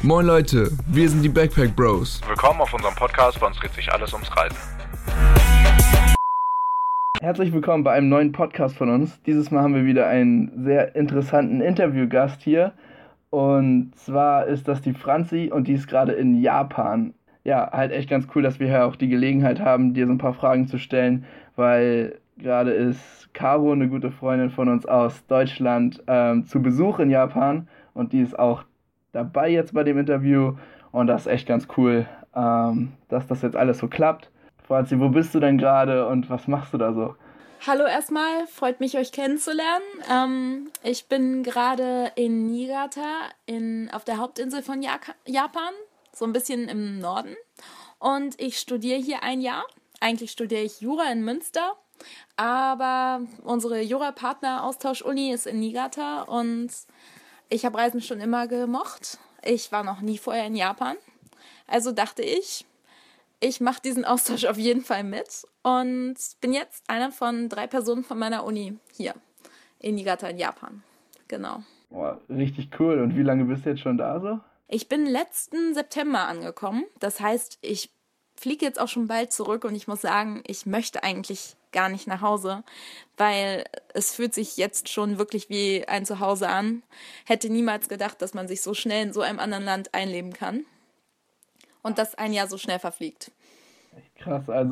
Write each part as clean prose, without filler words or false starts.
Moin Leute, wir sind die Backpack Bros. Willkommen auf unserem Podcast, bei uns dreht sich alles ums Reisen. Herzlich willkommen bei einem neuen Podcast von uns. Dieses Mal haben wir wieder einen sehr interessanten Interviewgast hier. Und zwar ist das die Franzi und die ist gerade in Japan. Ja, halt echt ganz cool, dass wir hier auch die Gelegenheit haben, dir so ein paar Fragen zu stellen, weil gerade ist Caro, eine gute Freundin von uns aus Deutschland, zu Besuch in Japan und die ist auch dabei jetzt bei dem Interview und das ist echt ganz cool, dass das jetzt alles so klappt. Franzi, wo bist du denn gerade und was machst du da so? Hallo erstmal, freut mich, euch kennenzulernen. Ich bin gerade in Niigata, auf der Hauptinsel von Japan, so ein bisschen im Norden. Und ich studiere hier ein Jahr. Eigentlich studiere ich Jura in Münster, aber unsere Jura-Partner-Austausch-Uni ist in Niigata und ich habe Reisen schon immer gemocht. Ich war noch nie vorher in Japan. Also dachte ich mache diesen Austausch auf jeden Fall mit und bin jetzt eine von 3 Personen von meiner Uni hier in Niigata in Japan. Genau. Boah, richtig cool. Und wie lange bist du jetzt schon da so? Ich bin letzten September angekommen. Das heißt, ich fliege jetzt auch schon bald zurück und ich muss sagen, ich möchte eigentlich gar nicht nach Hause, weil es fühlt sich jetzt schon wirklich wie ein Zuhause an. Hätte niemals gedacht, dass man sich so schnell in so einem anderen Land einleben kann. Und das ein Jahr so schnell verfliegt. Krass, also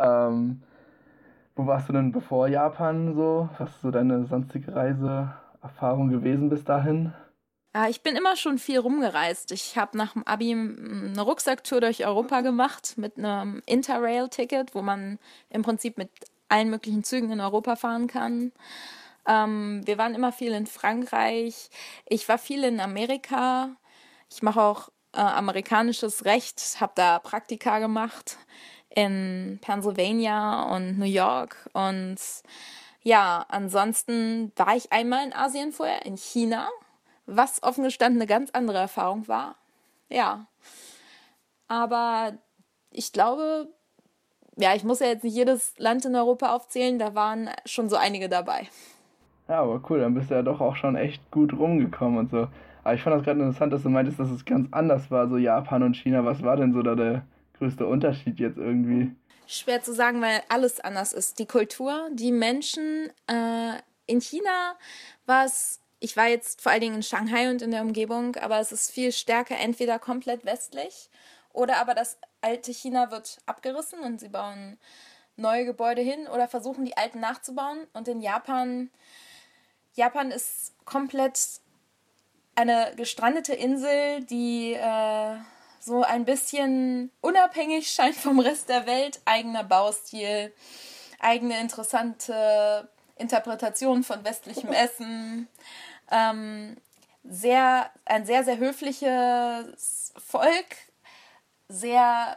wo warst du denn bevor Japan so? Was ist so deine sonstige Reiseerfahrung gewesen bis dahin? Ich bin immer schon viel rumgereist. Ich habe nach dem Abi eine Rucksacktour durch Europa gemacht mit einem Interrail-Ticket, wo man im Prinzip mit allen möglichen Zügen in Europa fahren kann. Wir waren immer viel in Frankreich. Ich war viel in Amerika. Ich mache auch amerikanisches Recht, habe da Praktika gemacht in Pennsylvania und New York und ja, ansonsten war ich einmal in Asien vorher, in China, was offen gestanden eine ganz andere Erfahrung war. Ja, aber ich glaube, ja, ich muss ja jetzt nicht jedes Land in Europa aufzählen, da waren schon so einige dabei. Ja, aber cool, dann bist du ja doch auch schon echt gut rumgekommen und so. Aber ich fand das gerade interessant, dass du meintest, dass es ganz anders war, so Japan und China. Was war denn so da der größte Unterschied jetzt irgendwie? Schwer zu sagen, weil alles anders ist. Die Kultur, die Menschen. In China war es, ich war jetzt vor allen Dingen in Shanghai und in der Umgebung, aber es ist viel stärker, entweder komplett westlich oder aber das alte China wird abgerissen und sie bauen neue Gebäude hin oder versuchen die alten nachzubauen. Und in Japan ist komplett eine gestrandete Insel, die so ein bisschen unabhängig scheint vom Rest der Welt. Eigener Baustil, eigene interessante Interpretation von westlichem Essen. Ein sehr, sehr höfliches Volk. Sehr,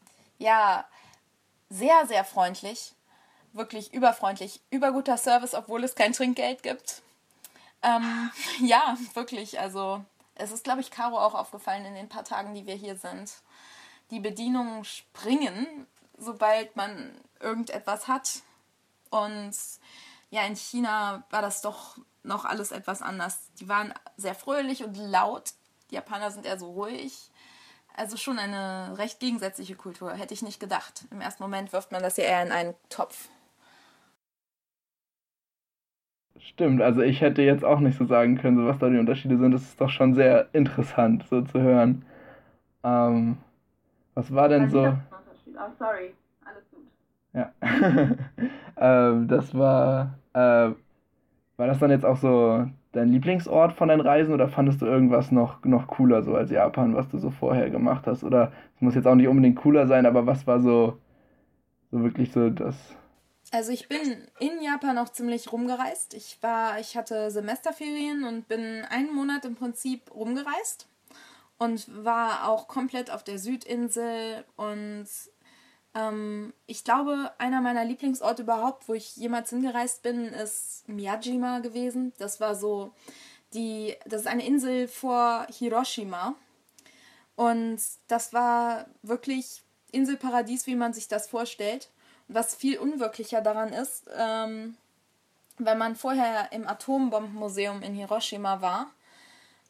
sehr freundlich. Wirklich überfreundlich. Überguter Service, obwohl es kein Trinkgeld gibt. Ja, wirklich, also es ist, glaube ich, Caro auch aufgefallen in den paar Tagen, die wir hier sind. Die Bedienungen springen, sobald man irgendetwas hat. Und ja, in China war das doch noch alles etwas anders. Die waren sehr fröhlich und laut. Die Japaner sind eher so ruhig. Also schon eine recht gegensätzliche Kultur, hätte ich nicht gedacht. Im ersten Moment wirft man das ja eher in einen Topf. Stimmt, also ich hätte jetzt auch nicht so sagen können, so was da die Unterschiede sind. Das ist doch schon sehr interessant, so zu hören. Was war denn so? Oh, sorry, alles gut. Ja. War das dann jetzt auch so dein Lieblingsort von deinen Reisen oder fandest du irgendwas noch cooler so als Japan, was du so vorher gemacht hast? Oder es muss jetzt auch nicht unbedingt cooler sein, aber was war so wirklich so das? Also ich bin in Japan auch ziemlich rumgereist. Ich hatte Semesterferien und bin einen Monat im Prinzip rumgereist und war auch komplett auf der Südinsel und ich glaube, einer meiner Lieblingsorte überhaupt, wo ich jemals hingereist bin, ist Miyajima gewesen. Das ist eine Insel vor Hiroshima und das war wirklich Inselparadies, wie man sich das vorstellt. Was viel unwirklicher daran ist, wenn man vorher im Atombombenmuseum in Hiroshima war,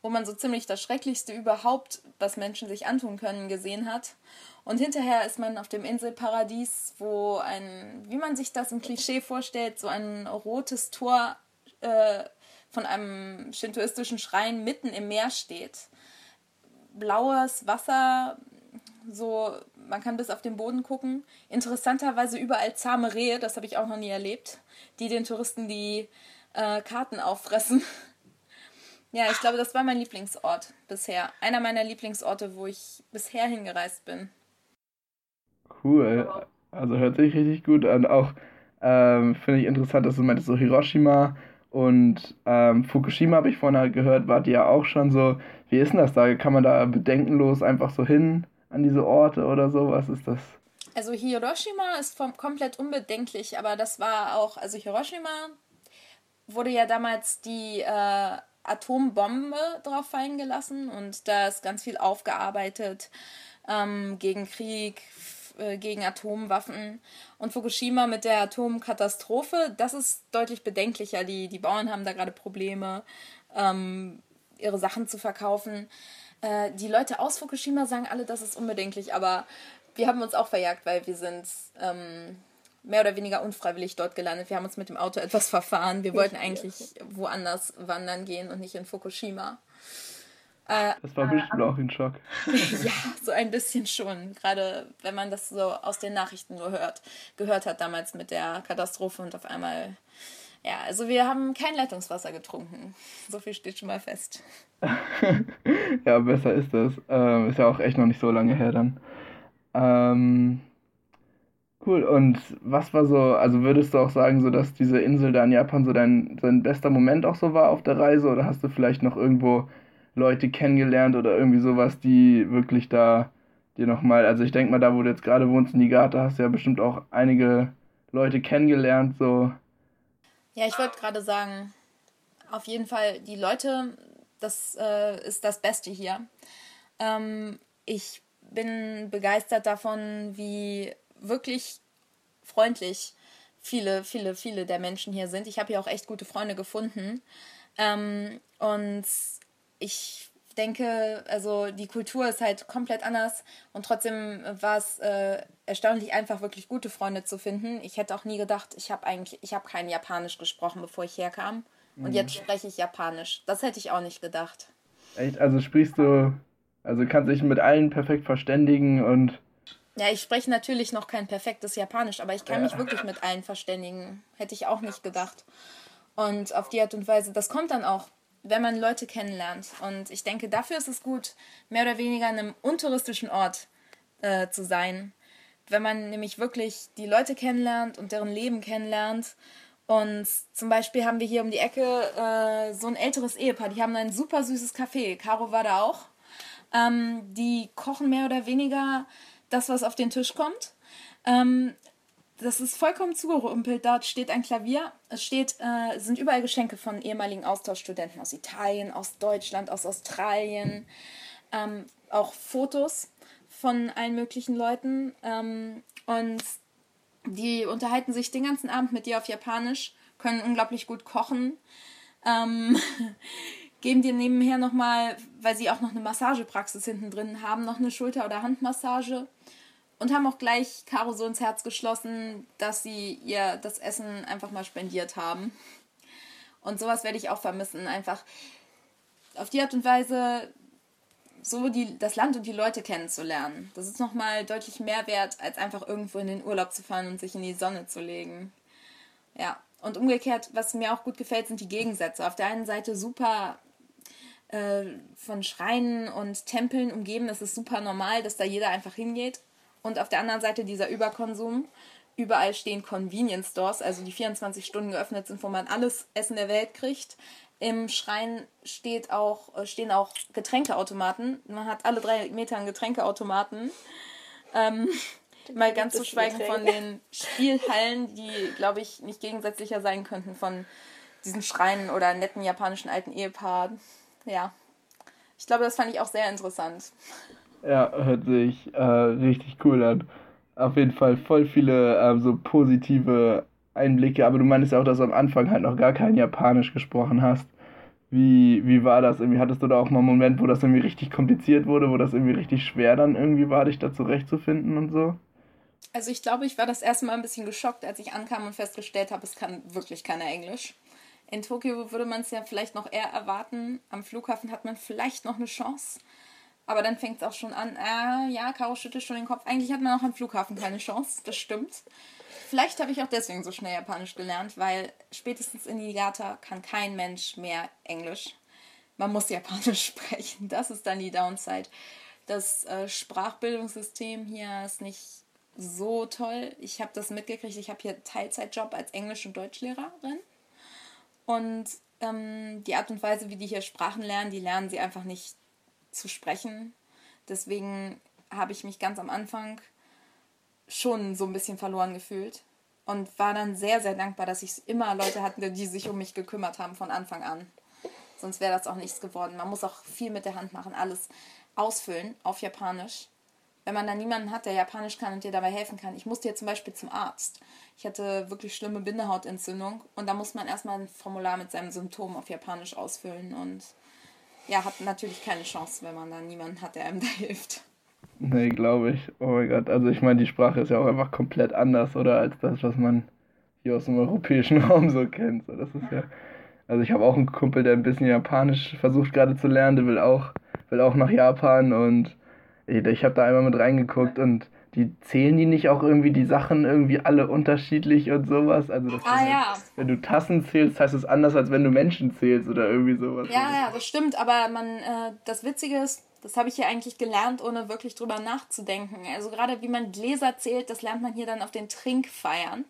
wo man so ziemlich das Schrecklichste überhaupt, was Menschen sich antun können, gesehen hat. Und hinterher ist man auf dem Inselparadies, wo wie man sich das im Klischee vorstellt, so ein rotes Tor von einem shintoistischen Schrein mitten im Meer steht. Blaues Wasser, so man kann bis auf den Boden gucken. Interessanterweise überall zahme Rehe, das habe ich auch noch nie erlebt, die den Touristen die Karten auffressen. Ja, ich glaube, das war mein Lieblingsort bisher. Einer meiner Lieblingsorte, wo ich bisher hingereist bin. Cool. Also hört sich richtig gut an. Auch finde ich interessant, dass du meintest, so Hiroshima und Fukushima habe ich vorhin gehört, wart ihr ja auch schon so. Wie ist denn das da? Kann man da bedenkenlos einfach so hin an diese Orte oder so? Was ist das? Also Hiroshima ist komplett unbedenklich, aber das war auch, also Hiroshima wurde ja damals die Atombombe drauf fallen gelassen und da ist ganz viel aufgearbeitet gegen Krieg, gegen Atomwaffen. Und Fukushima mit der Atomkatastrophe, das ist deutlich bedenklicher. Die Bauern haben da gerade Probleme, ihre Sachen zu verkaufen. Die Leute aus Fukushima sagen alle, das ist unbedenklich, aber wir haben uns auch verjagt, weil wir sind mehr oder weniger unfreiwillig dort gelandet. Wir haben uns mit dem Auto etwas verfahren. Wir wollten eigentlich woanders wandern gehen und nicht in Fukushima. Das war bestimmt auch ein Schock. Ja, so ein bisschen schon. Gerade wenn man das so aus den Nachrichten nur gehört hat damals mit der Katastrophe und auf einmal... Ja, also wir haben kein Leitungswasser getrunken. So viel steht schon mal fest. Ja, besser ist das. Ist ja auch echt noch nicht so lange her dann. Cool, und was war so, also würdest du auch sagen, so dass diese Insel da in Japan so dein bester Moment auch so war auf der Reise, oder hast du vielleicht noch irgendwo Leute kennengelernt oder irgendwie sowas, die wirklich da dir nochmal, also ich denke mal, da wo du jetzt gerade wohnst in Niigata, hast du ja bestimmt auch einige Leute kennengelernt, so. Ja, ich wollte gerade sagen, auf jeden Fall die Leute, das ist das Beste hier. Ich bin begeistert davon, wie wirklich freundlich viele der Menschen hier sind. Ich habe hier auch echt gute Freunde gefunden. Und ich denke, also die Kultur ist halt komplett anders und trotzdem war es erstaunlich einfach, wirklich gute Freunde zu finden. Ich hätte auch nie gedacht, ich habe kein Japanisch gesprochen, bevor ich herkam. Und jetzt spreche ich Japanisch. Das hätte ich auch nicht gedacht. Echt? Also kannst dich mit allen perfekt verständigen und... Ja, ich spreche natürlich noch kein perfektes Japanisch, aber ich kann mich wirklich mit allen verständigen. Hätte ich auch nicht gedacht. Und auf die Art und Weise, das kommt dann auch, wenn man Leute kennenlernt. Und ich denke, dafür ist es gut, mehr oder weniger an einem untouristischen Ort zu sein. Wenn man nämlich wirklich die Leute kennenlernt und deren Leben kennenlernt. Und zum Beispiel haben wir hier um die Ecke so ein älteres Ehepaar, die haben ein super süßes Café. Caro war da auch. Die kochen mehr oder weniger das, was auf den Tisch kommt. Das ist vollkommen zugerümpelt. Dort steht ein Klavier. Sind überall Geschenke von ehemaligen Austauschstudenten aus Italien, aus Deutschland, aus Australien. Auch Fotos von allen möglichen Leuten. Und die unterhalten sich den ganzen Abend mit dir auf Japanisch, können unglaublich gut kochen. Geben dir nebenher nochmal, weil sie auch noch eine Massagepraxis hinten drin haben, noch eine Schulter- oder Handmassage. Und haben auch gleich Caro so ins Herz geschlossen, dass sie ihr das Essen einfach mal spendiert haben. Und sowas werde ich auch vermissen. Einfach auf die Art und Weise so das Land und die Leute kennenzulernen. Das ist nochmal deutlich mehr wert, als einfach irgendwo in den Urlaub zu fahren und sich in die Sonne zu legen. Ja, und umgekehrt, was mir auch gut gefällt, sind die Gegensätze. Auf der einen Seite super von Schreinen und Tempeln umgeben. Es ist super normal, dass da jeder einfach hingeht. Und auf der anderen Seite dieser Überkonsum. Überall stehen Convenience Stores, also die 24 Stunden geöffnet sind, wo man alles Essen der Welt kriegt. Im Schrein stehen auch Getränkeautomaten. Man hat alle 3 Meter einen Getränkeautomaten. Mal ganz zu schweigen von den Spielhallen, die, glaube ich, nicht gegensätzlicher sein könnten von diesen Schreinen oder netten japanischen alten Ehepaaren. Ja, ich glaube, das fand ich auch sehr interessant. Ja, hört sich richtig cool an. Auf jeden Fall voll viele so positive Einblicke, aber du meinst ja auch, dass du am Anfang halt noch gar kein Japanisch gesprochen hast. Wie war das irgendwie? Hattest du da auch mal einen Moment, wo das irgendwie richtig kompliziert wurde, wo das irgendwie richtig schwer dann irgendwie war, dich da zurechtzufinden und so? Also ich glaube, ich war das erste Mal ein bisschen geschockt, als ich ankam und festgestellt habe, es kann wirklich keiner Englisch. In Tokio würde man es ja vielleicht noch eher erwarten. Am Flughafen hat man vielleicht noch eine Chance. Aber dann fängt es auch schon an. Ja, Caro schüttelt schon den Kopf. Eigentlich hat man auch am Flughafen keine Chance. Das stimmt. Vielleicht habe ich auch deswegen so schnell Japanisch gelernt, weil spätestens in Niigata kann kein Mensch mehr Englisch. Man muss Japanisch sprechen. Das ist dann die Downside. Das Sprachbildungssystem hier ist nicht so toll. Ich habe das mitgekriegt. Ich habe hier Teilzeitjob als Englisch- und Deutschlehrerin. Und die Art und Weise, wie die hier Sprachen lernen, die lernen sie einfach nicht zu sprechen. Deswegen habe ich mich ganz am Anfang schon so ein bisschen verloren gefühlt und war dann sehr, sehr dankbar, dass ich immer Leute hatte, die sich um mich gekümmert haben von Anfang an. Sonst wäre das auch nichts geworden. Man muss auch viel mit der Hand machen, alles ausfüllen auf Japanisch. Wenn man dann niemanden hat, der Japanisch kann und dir dabei helfen kann. Ich musste jetzt zum Beispiel zum Arzt. Ich hatte wirklich schlimme Bindehautentzündung und da muss man erstmal ein Formular mit seinem Symptom auf Japanisch ausfüllen und ja, hat natürlich keine Chance, wenn man dann niemanden hat, der einem da hilft. Nee, glaube ich. Oh mein Gott. Also ich meine, die Sprache ist ja auch einfach komplett anders, oder? Als das, was man hier aus dem europäischen Raum so kennt. So, das ist ja. Also ich habe auch einen Kumpel, der ein bisschen Japanisch versucht gerade zu lernen, der will auch nach Japan und ich habe da einmal mit reingeguckt und zählen die nicht auch irgendwie die Sachen irgendwie alle unterschiedlich und sowas? Also das Ja. wenn du Tassen zählst, heißt es anders, als wenn du Menschen zählst oder irgendwie sowas. Ja, das stimmt, aber das Witzige ist, das habe ich hier eigentlich gelernt, ohne wirklich drüber nachzudenken. Also gerade wie man Gläser zählt, das lernt man hier dann auf den Trinkfeiern.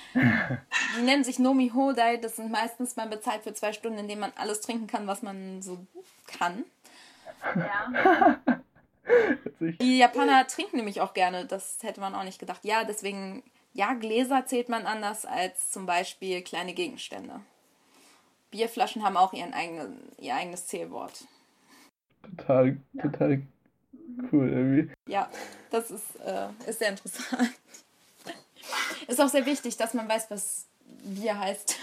Die nennen sich Nomi Hodai, das sind meistens, man bezahlt für 2 Stunden, in denen man alles trinken kann, was man so kann. Ja. Die Japaner trinken nämlich auch gerne, das hätte man auch nicht gedacht. Ja, deswegen, ja, Gläser zählt man anders als zum Beispiel kleine Gegenstände. Bierflaschen haben auch ihr eigenes Zählwort. Total cool irgendwie. Ja, das ist sehr interessant. Ist auch sehr wichtig, dass man weiß, was Bier heißt.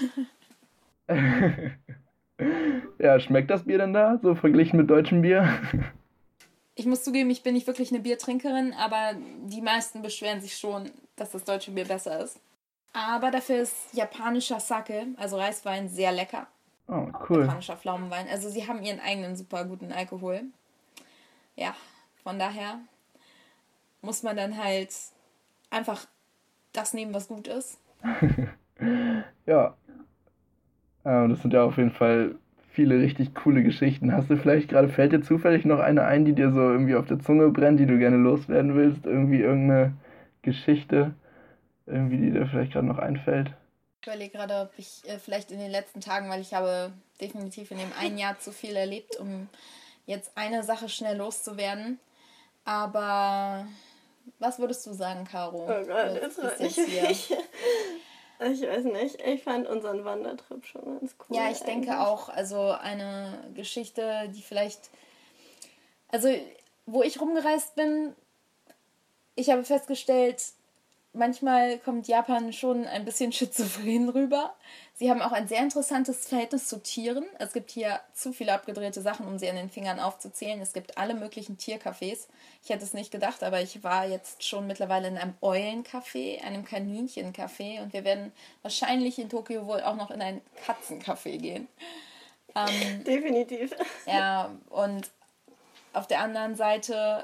Ja, schmeckt das Bier denn da, so verglichen mit deutschem Bier? Ich muss zugeben, ich bin nicht wirklich eine Biertrinkerin, aber die meisten beschweren sich schon, dass das deutsche Bier besser ist. Aber dafür ist japanischer Sake, also Reiswein, sehr lecker. Oh, cool. Japanischer Pflaumenwein. Also sie haben ihren eigenen super guten Alkohol. Ja, von daher muss man dann halt einfach das nehmen, was gut ist. Ja. Das sind ja auf jeden Fall viele richtig coole Geschichten. Fällt dir zufällig noch eine ein, die dir so irgendwie auf der Zunge brennt, die du gerne loswerden willst? Irgendwie irgendeine Geschichte, irgendwie, die dir vielleicht gerade noch einfällt? Ich überlege gerade, ob ich vielleicht in den letzten Tagen, weil ich habe definitiv in dem einen Jahr zu viel erlebt, um jetzt eine Sache schnell loszuwerden. Aber was würdest du sagen, Caro? Oh Gott, jetzt war ich weiß nicht. Ich fand unseren Wandertrip schon ganz cool. Ja, ich denke auch. Also eine Geschichte, die vielleicht... Also, wo ich rumgereist bin, ich habe festgestellt, manchmal kommt Japan schon ein bisschen schizophren rüber. Sie haben auch ein sehr interessantes Verhältnis zu Tieren. Es gibt hier zu viele abgedrehte Sachen, um sie an den Fingern aufzuzählen. Es gibt alle möglichen Tiercafés. Ich hätte es nicht gedacht, aber ich war jetzt schon mittlerweile in einem Eulencafé, einem Kaninchencafé und wir werden wahrscheinlich in Tokio wohl auch noch in ein Katzencafé gehen. Definitiv. Ja, und auf der anderen Seite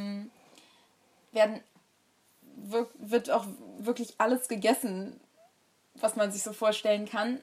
wird auch wirklich alles gegessen, was man sich so vorstellen kann.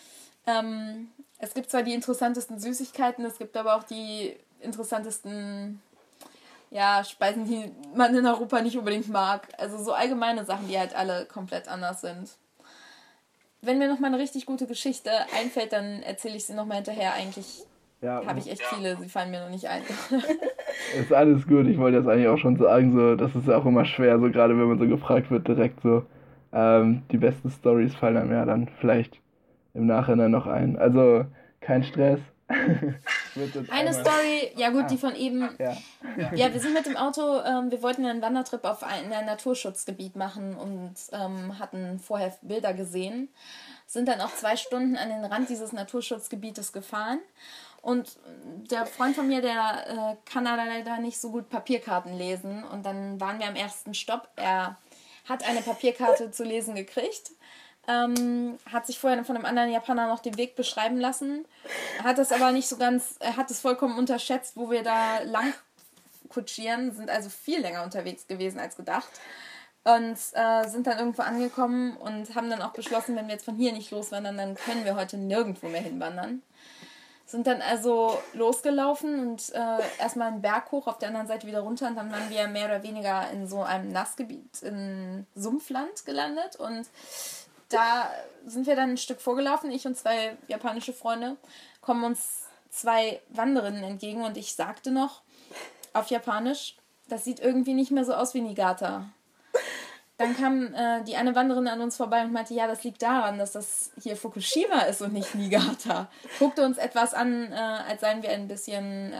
Es gibt zwar die interessantesten Süßigkeiten, es gibt aber auch die interessantesten Speisen, die man in Europa nicht unbedingt mag. Also so allgemeine Sachen, die halt alle komplett anders sind. Wenn mir noch mal eine richtig gute Geschichte einfällt, dann erzähle ich sie noch mal hinterher. Eigentlich habe ich echt viele, sie fallen mir noch nicht ein. Ist alles gut, ich wollte das eigentlich auch schon sagen, so, das ist ja auch immer schwer, so gerade wenn man so gefragt wird, direkt so, die besten Storys fallen einem ja dann vielleicht im Nachhinein noch ein. Also kein Stress, Eine Story, ja gut, die von eben. Ja, wir sind mit dem Auto, wir wollten einen Wandertrip auf ein Naturschutzgebiet machen und hatten vorher Bilder gesehen. Sind dann auch 2 Stunden an den Rand dieses Naturschutzgebietes gefahren. Und der Freund von mir, der kann leider nicht so gut Papierkarten lesen. Und dann waren wir am ersten Stopp. Er hat eine Papierkarte zu lesen gekriegt. Hat sich vorher von einem anderen Japaner noch den Weg beschreiben lassen. Hat es aber nicht so ganz, er hat es vollkommen unterschätzt, wo wir da lang kutschieren. Sind also viel länger unterwegs gewesen als gedacht. Und sind dann irgendwo angekommen und haben dann auch beschlossen, wenn wir jetzt von hier nicht loswandern, dann können wir heute nirgendwo mehr hinwandern. Sind dann also losgelaufen und erstmal einen Berg hoch, auf der anderen Seite wieder runter und dann waren wir mehr oder weniger in so einem Nassgebiet in Sumpfland gelandet und da sind wir dann ein Stück vorgelaufen, ich und 2 japanische Freunde, kommen uns 2 Wanderinnen entgegen und ich sagte noch auf Japanisch, das sieht irgendwie nicht mehr so aus wie Niigata. Dann kam die eine Wanderin an uns vorbei und meinte, ja, das liegt daran, dass das hier Fukushima ist und nicht Niigata. Guckte uns etwas an, als seien wir ein bisschen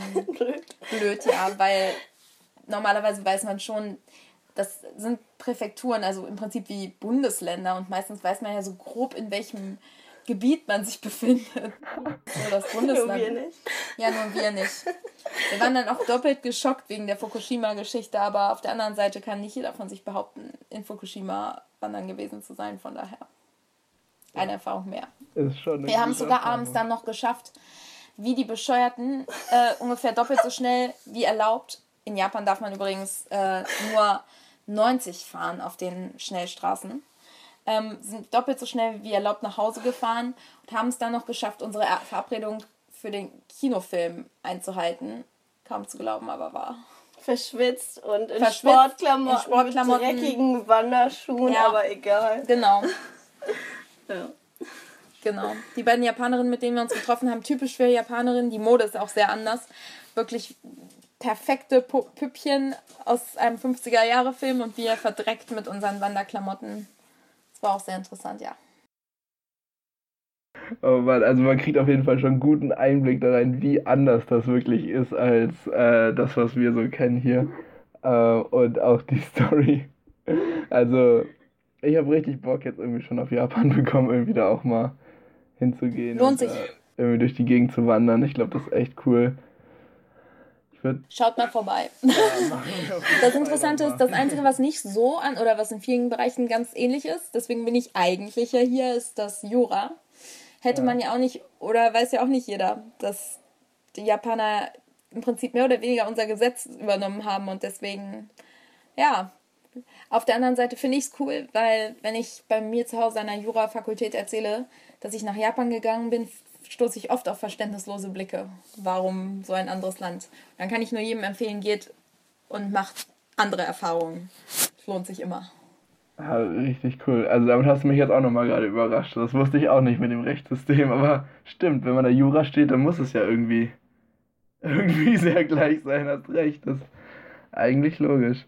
blöd, ja, weil normalerweise weiß man schon, das sind Präfekturen, also im Prinzip wie Bundesländer und meistens weiß man ja so grob, in welchem Gebiet man sich befindet. So das Bundesland. Nur wir nicht. Ja, nur wir nicht. Wir waren dann auch doppelt geschockt wegen der Fukushima-Geschichte, aber auf der anderen Seite kann nicht jeder von sich behaupten, in Fukushima wandern gewesen zu sein, von daher eine Erfahrung mehr. Wir haben es sogar abends dann noch geschafft, wie die Bescheuerten, ungefähr doppelt so schnell wie erlaubt. In Japan darf man übrigens nur 90 fahren auf den Schnellstraßen. Sind doppelt so schnell wie erlaubt nach Hause gefahren und haben es dann noch geschafft, unsere Verabredung für den Kinofilm einzuhalten. Kaum zu glauben, aber wahr. Verschwitzt und in Sportklamotten, mit dreckigen Wanderschuhen, ja, aber egal. Genau. Ja. Genau. Die beiden Japanerinnen, mit denen wir uns getroffen haben, typisch für Japanerinnen, die Mode ist auch sehr anders. Wirklich perfekte Püppchen aus einem 50er-Jahre-Film und wir verdreckt mit unseren Wanderklamotten. Das war auch sehr interessant, ja. Oh Mann, also man kriegt auf jeden Fall schon einen guten Einblick da rein, wie anders das wirklich ist als das, was wir so kennen hier. Und auch die Story. Also, ich habe richtig Bock jetzt irgendwie schon auf Japan bekommen, irgendwie da auch mal hinzugehen. Lohnt sich. Irgendwie durch die Gegend zu wandern. Ich glaube, das ist echt cool. Schaut mal vorbei. Ja, das Interessante ist, das Einzige, was nicht so oder was in vielen Bereichen ganz ähnlich ist, deswegen bin ich eigentlich ja hier, ist das Jura. Hätte man ja auch nicht, oder weiß ja auch nicht jeder, dass die Japaner im Prinzip mehr oder weniger unser Gesetz übernommen haben und deswegen, ja. Auf der anderen Seite finde ich es cool, weil wenn ich bei mir zu Hause an der Jura-Fakultät erzähle, dass ich nach Japan gegangen bin, stoße ich oft auf verständnislose Blicke. Warum so ein anderes Land? Dann kann ich nur jedem empfehlen, geht und macht andere Erfahrungen. Es lohnt sich immer. Ja, richtig cool. Also damit hast du mich jetzt auch nochmal gerade überrascht. Das wusste ich auch nicht mit dem Rechtssystem. Aber stimmt, wenn man da Jura steht, dann muss es ja irgendwie sehr gleich sein. Hast recht. Das ist eigentlich logisch.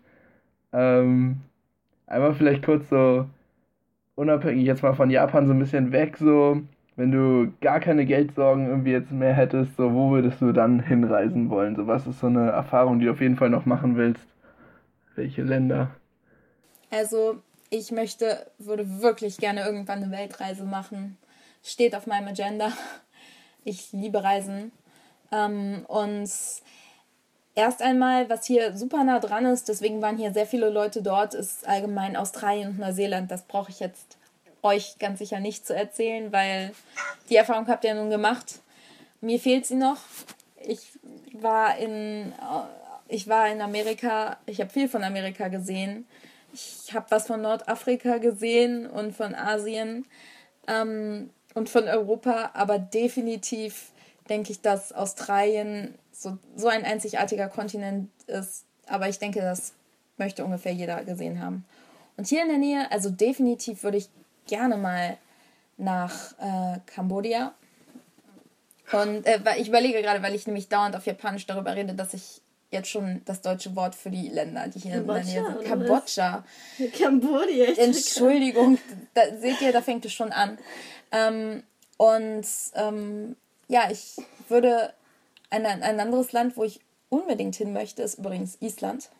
Einmal vielleicht kurz so unabhängig jetzt mal von Japan so ein bisschen weg, so wenn du gar keine Geldsorgen irgendwie jetzt mehr hättest, so wo würdest du dann hinreisen wollen? So was ist so eine Erfahrung, die du auf jeden Fall noch machen willst? Welche Länder? Also ich würde wirklich gerne irgendwann eine Weltreise machen. Steht auf meinem Agenda. Ich liebe Reisen. Und erst einmal, was hier super nah dran ist, deswegen waren hier sehr viele Leute dort, ist allgemein Australien und Neuseeland. Das brauche ich jetzt euch ganz sicher nicht zu erzählen, weil die Erfahrung habt ihr nun gemacht. Mir fehlt sie noch. Ich war in Amerika, ich habe viel von Amerika gesehen. Ich habe was von Nordafrika gesehen und von Asien und von Europa, aber definitiv denke ich, dass Australien so ein einzigartiger Kontinent ist. Aber ich denke, das möchte ungefähr jeder gesehen haben. Und hier in der Nähe, also definitiv würde ich gerne mal nach Kambodscha. Und ich überlege gerade, weil ich nämlich dauernd auf Japanisch darüber rede, dass ich jetzt schon das deutsche Wort für die Länder, die hier in der Nähe sind. Kambodscha. Kambodscha. Entschuldigung, seht ihr, da fängt es schon an. Ja, ich würde ein anderes Land, wo ich unbedingt hin möchte, ist übrigens Island.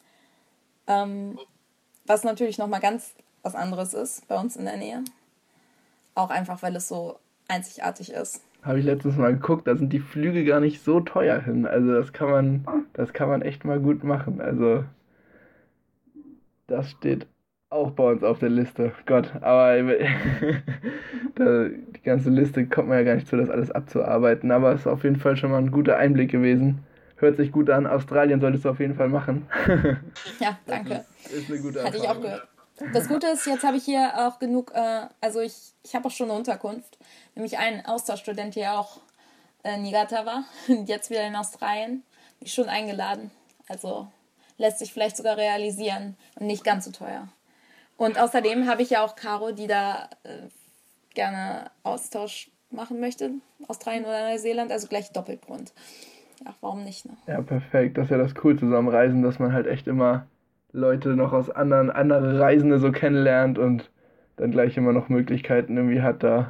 Was natürlich nochmal ganz was anderes ist bei uns in der Nähe. Auch einfach, weil es so einzigartig ist. Habe ich letztens mal geguckt, da sind die Flüge gar nicht so teuer hin. Also das kann man echt mal gut machen. Also das steht auch bei uns auf der Liste. Gott, aber die ganze Liste kommt man ja gar nicht zu, das alles abzuarbeiten. Aber es ist auf jeden Fall schon mal ein guter Einblick gewesen. Hört sich gut an. Australien solltest du auf jeden Fall machen. Ja, danke. Ist eine gute Erfahrung. Hatte ich auch gehört. Das Gute ist, jetzt habe ich hier auch genug, also ich habe auch schon eine Unterkunft. Nämlich einen Austauschstudent, der auch in Niigata war und jetzt wieder in Australien. Mich schon eingeladen. Also lässt sich vielleicht sogar realisieren und nicht ganz so teuer. Und außerdem habe ich ja auch Caro, die da gerne Austausch machen möchte. Australien oder Neuseeland, also gleich Doppelgrund. Ja, warum nicht, ne? Ja, perfekt. Das ist ja das Cool zusammen Reisen, dass man halt echt immer Leute noch aus andere Reisende so kennenlernt und dann gleich immer noch Möglichkeiten irgendwie hat, da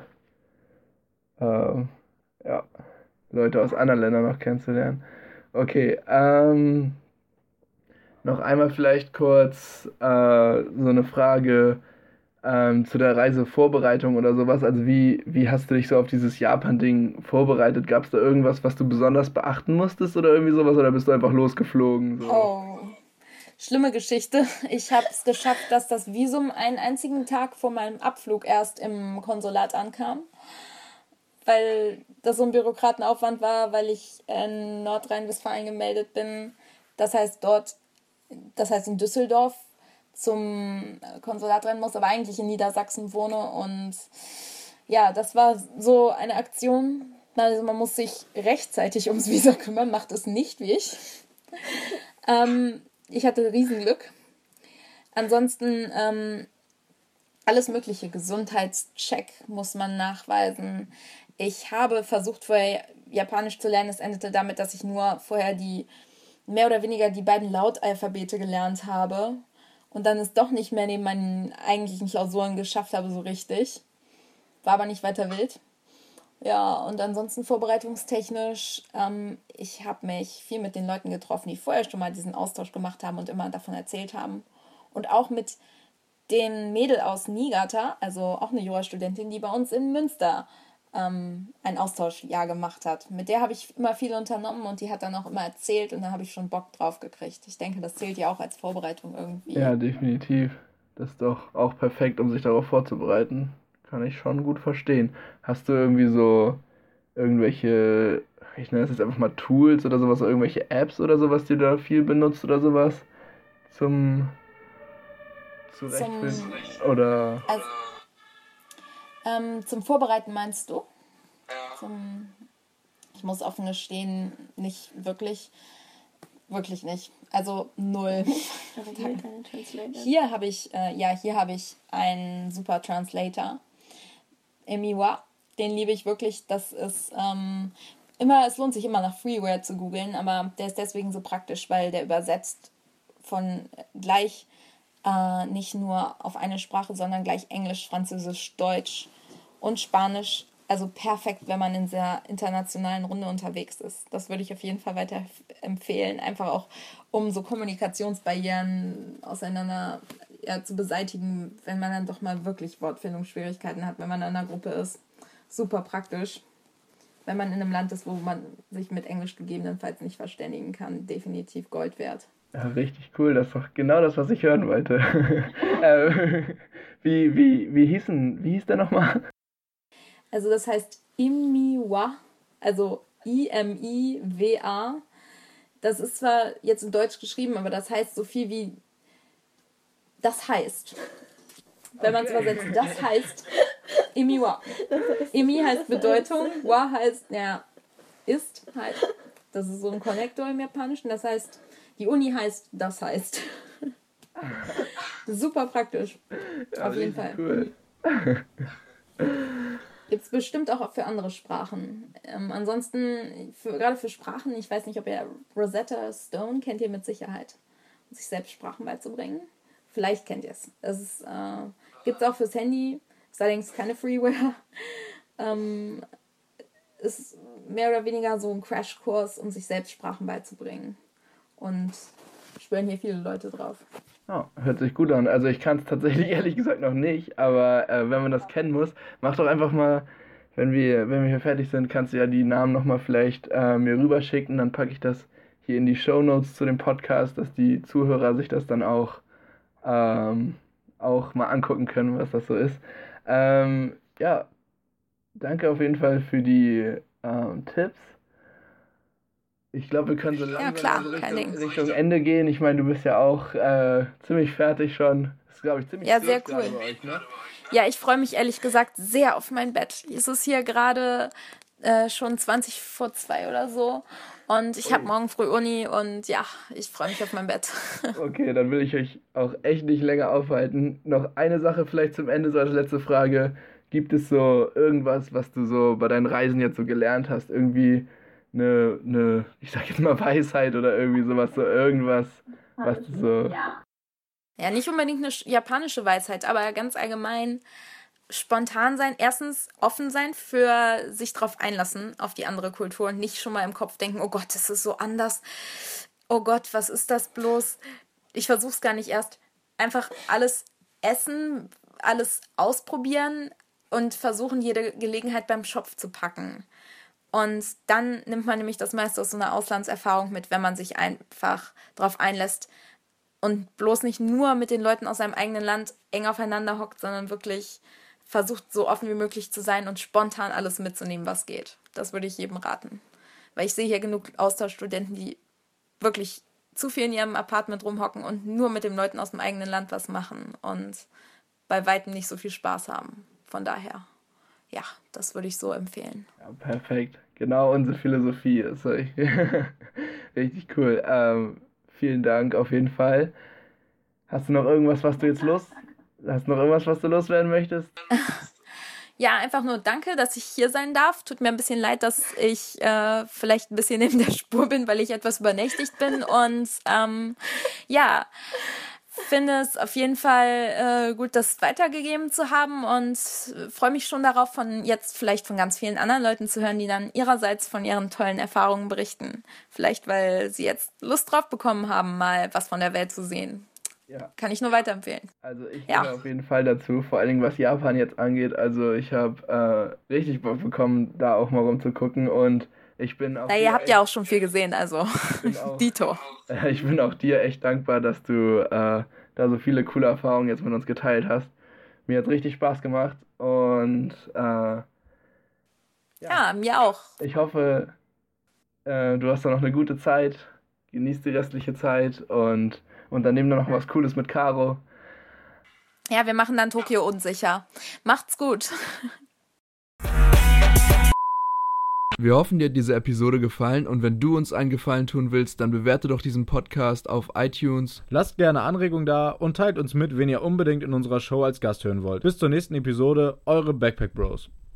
ja, Leute aus anderen Ländern noch kennenzulernen. Okay, noch einmal vielleicht kurz so eine Frage zu der Reisevorbereitung oder sowas. Also wie hast du dich so auf dieses Japan-Ding vorbereitet? Gab es da irgendwas, was du besonders beachten musstest oder irgendwie sowas? Oder bist du einfach losgeflogen? So? Oh, schlimme Geschichte. Ich habe es geschafft, dass das Visum einen einzigen Tag vor meinem Abflug erst im Konsulat ankam. Weil das so ein Bürokratenaufwand war, weil ich in Nordrhein-Westfalen gemeldet bin. Das heißt in Düsseldorf zum Konsulat rennen muss, aber eigentlich in Niedersachsen wohne. Und ja, das war so eine Aktion. Also man muss sich rechtzeitig ums Visa kümmern, macht es nicht wie ich. Ich hatte Riesenglück. Ansonsten alles mögliche, Gesundheitscheck muss man nachweisen. Ich habe versucht, vorher Japanisch zu lernen. Es endete damit, dass ich nur vorher mehr oder weniger die beiden Lautalphabete gelernt habe und dann es doch nicht mehr neben meinen eigentlichen Klausuren geschafft habe so richtig. War aber nicht weiter wild. Ja, und ansonsten vorbereitungstechnisch, ich habe mich viel mit den Leuten getroffen, die vorher schon mal diesen Austausch gemacht haben und immer davon erzählt haben. Und auch mit den Mädel aus Niigata, also auch eine Jurastudentin, die bei uns in Münster ein Austauschjahr gemacht hat. Mit der habe ich immer viel unternommen und die hat dann auch immer erzählt und da habe ich schon Bock drauf gekriegt. Ich denke, das zählt ja auch als Vorbereitung irgendwie. Ja, definitiv. Das ist doch auch perfekt, um sich darauf vorzubereiten. Kann ich schon gut verstehen. Hast du irgendwie so irgendwelche, ich nenne es jetzt einfach mal Tools oder sowas, irgendwelche Apps oder sowas, die du da viel benutzt oder sowas zum Zurechtfinden? Oder zum Vorbereiten meinst du? Ich muss offen gestehen, nicht wirklich. Wirklich nicht. Also 0. Hier habe ich einen super Translator. Emiwa. Den liebe ich wirklich. Das ist es lohnt sich immer nach Freeware zu googeln, aber der ist deswegen so praktisch, weil der übersetzt von gleich nicht nur auf eine Sprache, sondern gleich Englisch, Französisch, Deutsch und Spanisch. Also perfekt, wenn man in sehr internationalen Runde unterwegs ist. Das würde ich auf jeden Fall weiter empfehlen. Einfach auch, um so Kommunikationsbarrieren zu beseitigen, wenn man dann doch mal wirklich Wortfindungsschwierigkeiten hat, wenn man in einer Gruppe ist. Super praktisch. Wenn man in einem Land ist, wo man sich mit Englisch gegebenenfalls nicht verständigen kann, definitiv Gold wert. Ja, richtig cool. Das ist doch genau das, was ich hören wollte. Wie hieß der nochmal? Also das heißt Imiwa, also I-M-I-W-A. Das ist zwar jetzt in Deutsch geschrieben, aber das heißt so viel wie das heißt. Wenn man es übersetzt, das heißt Imiwa. Imi heißt Bedeutung, wa heißt, ist halt. Das ist so ein Konnektor im Japanischen. Das heißt, die Uni heißt, das heißt. Super praktisch. Ja, auf jeden Fall. Cool. Gibt es bestimmt auch für andere Sprachen. Ansonsten, gerade für Sprachen, ich weiß nicht, ob ihr Rosetta Stone kennt ihr mit Sicherheit, um sich selbst Sprachen beizubringen. Vielleicht kennt ihr es. Es gibt es auch fürs Handy, ist allerdings keine Freeware. ist mehr oder weniger so ein Crashkurs, um sich selbst Sprachen beizubringen. Und schwören hier viele Leute drauf. Oh, hört sich gut an. Also ich kann es tatsächlich ehrlich gesagt noch nicht, aber wenn man das kennen muss, mach doch einfach mal, wenn wir hier fertig sind, kannst du ja die Namen nochmal vielleicht mir rüberschicken, dann packe ich das hier in die Shownotes zu dem Podcast, dass die Zuhörer sich das dann auch mal angucken können, was das so ist. Ja, danke auf jeden Fall für die Tipps. Ich glaube, wir können so langsam Richtung Ende gehen. Ich meine, du bist ja auch ziemlich fertig schon. Das ist, glaube ich, ziemlich sehr cool. Bei euch, ne? Ja, ich freue mich ehrlich gesagt sehr auf mein Bett. Es ist hier gerade schon 20 vor 2 oder so. Und ich habe morgen früh Uni und ja, ich freue mich auf mein Bett. Okay, dann will ich euch auch echt nicht länger aufhalten. Noch eine Sache vielleicht zum Ende, so als letzte Frage. Gibt es so irgendwas, was du so bei deinen Reisen jetzt so gelernt hast? Irgendwie eine, ich sag jetzt mal Weisheit oder irgendwie sowas, so irgendwas, was du so... Ja, nicht unbedingt eine japanische Weisheit, aber ganz allgemein spontan sein. Erstens offen sein für sich drauf einlassen, auf die andere Kultur und nicht schon mal im Kopf denken, oh Gott, das ist so anders. Oh Gott, was ist das bloß? Ich versuch's gar nicht erst. Einfach alles essen, alles ausprobieren und versuchen, jede Gelegenheit beim Schopf zu packen. Und dann nimmt man nämlich das meiste aus so einer Auslandserfahrung mit, wenn man sich einfach drauf einlässt und bloß nicht nur mit den Leuten aus seinem eigenen Land eng aufeinander hockt, sondern wirklich versucht, so offen wie möglich zu sein und spontan alles mitzunehmen, was geht. Das würde ich jedem raten. Weil ich sehe hier genug Austauschstudenten, die wirklich zu viel in ihrem Apartment rumhocken und nur mit den Leuten aus dem eigenen Land was machen und bei weitem nicht so viel Spaß haben. Von daher, ja, das würde ich so empfehlen. Ja, perfekt. Genau unsere Philosophie ist richtig cool. Vielen Dank auf jeden Fall. Hast du noch irgendwas, was du loswerden möchtest? Ja, einfach nur danke, dass ich hier sein darf. Tut mir ein bisschen leid, dass ich vielleicht ein bisschen neben der Spur bin, weil ich etwas übernächtigt bin. Und ja, finde es auf jeden Fall gut, das weitergegeben zu haben und freue mich schon darauf, von ganz vielen anderen Leuten zu hören, die dann ihrerseits von ihren tollen Erfahrungen berichten. Vielleicht, weil sie jetzt Lust drauf bekommen haben, mal was von der Welt zu sehen. Ja. Kann ich nur weiterempfehlen. Also ich gehöre auf jeden Fall dazu, vor allen Dingen was Japan jetzt angeht. Also ich habe richtig Bock bekommen, da auch mal rumzugucken und ich bin auch... ihr habt ja auch schon viel gesehen, also Dito. Ich bin auch dir echt dankbar, dass du da so viele coole Erfahrungen jetzt mit uns geteilt hast. Mir hat richtig Spaß gemacht und ja, mir auch. Ich hoffe, du hast da noch eine gute Zeit, genießt die restliche Zeit und unternehmen dann noch was Cooles mit Caro. Ja, wir machen dann Tokio unsicher. Macht's gut. Wir hoffen, dir hat diese Episode gefallen und wenn du uns einen Gefallen tun willst, dann bewerte doch diesen Podcast auf iTunes. Lasst gerne Anregungen da und teilt uns mit, wen ihr unbedingt in unserer Show als Gast hören wollt. Bis zur nächsten Episode, eure Backpack Bros.